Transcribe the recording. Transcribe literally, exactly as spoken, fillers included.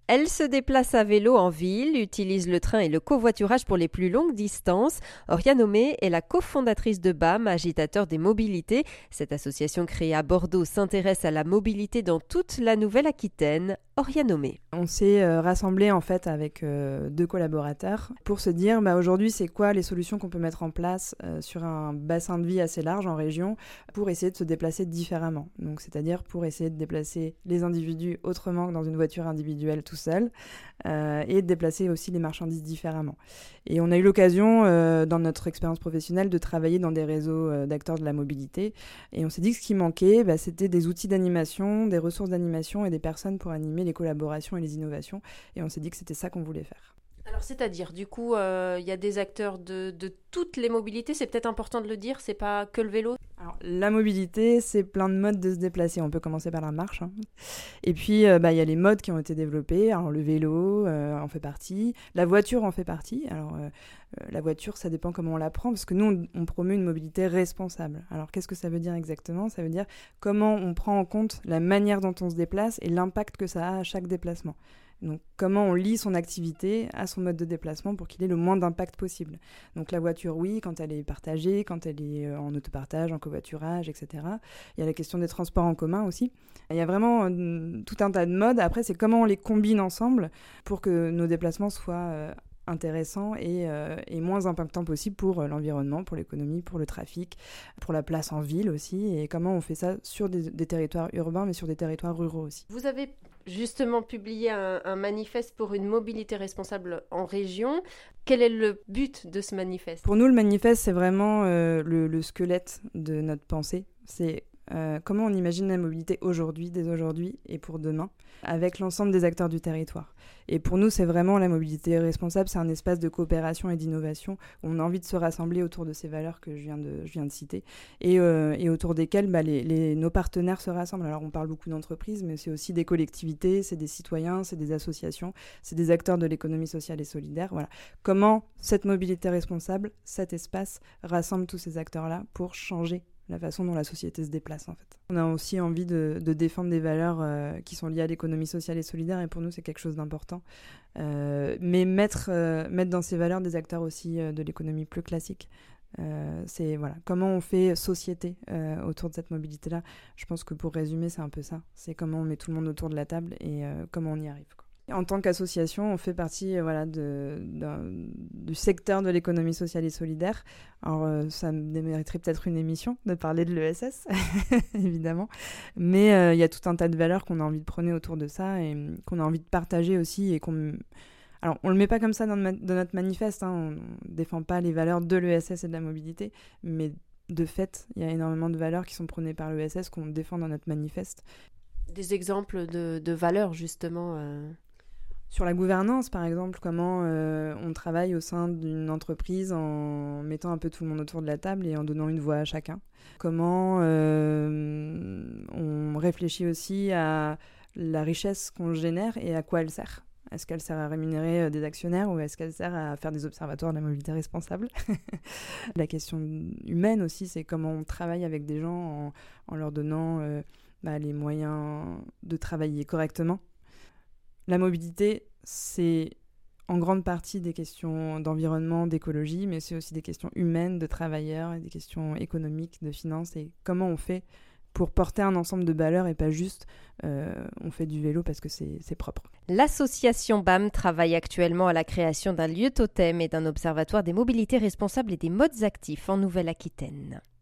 Elle se déplace à vélo en ville, utilise le train et le covoiturage pour les plus longues distances. Oriane Homé est la cofondatrice de B A M, agitateur des mobilités. Cette association créée à Bordeaux s'intéresse à la mobilité dans toute la Nouvelle-Aquitaine. Oriane Homé. On s'est euh, rassemblés en fait avec euh, deux collaborateurs pour se dire bah, aujourd'hui c'est quoi les solutions qu'on peut mettre en place euh, sur un bassin de vie assez large en région pour essayer de se déplacer différemment. Donc c'est-à-dire pour essayer de déplacer les individus autrement que dans une voiture individuelle tout seul euh, et de déplacer aussi les marchandises différemment. Et on a eu l'occasion euh, dans notre expérience professionnelle de travailler dans des réseaux euh, d'acteurs de la mobilité et on s'est dit que ce qui manquait bah, c'était des outils d'animation, des ressources d'animation et des personnes pour animer les collaborations et les innovations. Et on s'est dit que c'était ça qu'on voulait faire. Alors, c'est-à-dire, du coup, il euh, y a des acteurs de, de toutes les mobilités. C'est peut-être important de le dire, c'est pas que le vélo. Alors, la mobilité, c'est plein de modes de se déplacer. On peut commencer par la marche. Hein. Et puis, il euh, bah, y a les modes qui ont été développés. Alors, le vélo euh, en fait partie. La voiture en fait partie. Alors, euh, euh, la voiture, ça dépend comment on la prend, parce que nous, on, on promeut une mobilité responsable. Alors, qu'est-ce que ça veut dire exactement ? Ça veut dire comment on prend en compte la manière dont on se déplace et l'impact que ça a à chaque déplacement. Donc, comment on lie son activité à son mode de déplacement pour qu'il ait le moins d'impact possible. Donc, la voiture, oui, quand elle est partagée, quand elle est en autopartage, en covoiturage, et cetera. Il y a la question des transports en commun aussi. Il y a vraiment euh, tout un tas de modes. Après, c'est comment on les combine ensemble pour que nos déplacements soient euh, intéressants et, euh, et moins impactants possible pour euh, l'environnement, pour l'économie, pour le trafic, pour la place en ville aussi. Et comment on fait ça sur des, des territoires urbains, mais sur des territoires ruraux aussi. Vous avez justement publié un, un manifeste pour une mobilité responsable en région. Quel est le but de ce manifeste ? Pour nous, le manifeste, c'est vraiment euh, le, le squelette de notre pensée. C'est euh, comment on imagine la mobilité aujourd'hui, dès aujourd'hui et pour demain, avec l'ensemble des acteurs du territoire. Et pour nous, c'est vraiment la mobilité responsable, c'est un espace de coopération et d'innovation où on a envie de se rassembler autour de ces valeurs que je viens de, je viens de citer et, euh, et autour desquelles bah, les, les, nos partenaires se rassemblent. Alors on parle beaucoup d'entreprises, mais c'est aussi des collectivités, c'est des citoyens, c'est des associations, c'est des acteurs de l'économie sociale et solidaire. Voilà. Comment cette mobilité responsable, cet espace, rassemble tous ces acteurs-là pour changer la façon dont la société se déplace en fait. On a aussi envie de, de défendre des valeurs euh, qui sont liées à l'économie sociale et solidaire et pour nous c'est quelque chose d'important. Euh, mais mettre, euh, mettre dans ces valeurs des acteurs aussi euh, de l'économie plus classique. Euh, c'est voilà, comment on fait société euh, autour de cette mobilité-là. Je pense que pour résumer c'est un peu ça. C'est comment on met tout le monde autour de la table et euh, comment on y arrive, quoi. En tant qu'association, on fait partie voilà, de, de, du secteur de l'économie sociale et solidaire. Alors, euh, ça mériterait peut-être une émission de parler de l'E S S, évidemment. Mais euh, il y a tout un tas de valeurs qu'on a envie de prôner autour de ça et qu'on a envie de partager aussi. Et qu'on... Alors, on ne le met pas comme ça dans, ma- dans notre manifeste. Hein. On ne défend pas les valeurs de l'E S S et de la mobilité. Mais de fait, il y a énormément de valeurs qui sont prônées par l'E S S qu'on défend dans notre manifeste. Des exemples de, de valeurs, justement euh... Sur la gouvernance, par exemple, comment euh, on travaille au sein d'une entreprise en mettant un peu tout le monde autour de la table et en donnant une voix à chacun. Comment euh, on réfléchit aussi à la richesse qu'on génère et à quoi elle sert. Est-ce qu'elle sert à rémunérer des actionnaires ou est-ce qu'elle sert à faire des observatoires de la mobilité responsable ? La question humaine aussi, c'est comment on travaille avec des gens en, en leur donnant euh, bah, les moyens de travailler correctement. La mobilité, c'est en grande partie des questions d'environnement, d'écologie, mais c'est aussi des questions humaines, de travailleurs, et des questions économiques, de finances, et comment on fait pour porter un ensemble de valeurs et pas juste euh, on fait du vélo parce que c'est, c'est propre. L'association B A M travaille actuellement à la création d'un lieu totem et d'un observatoire des mobilités responsables et des modes actifs en Nouvelle-Aquitaine.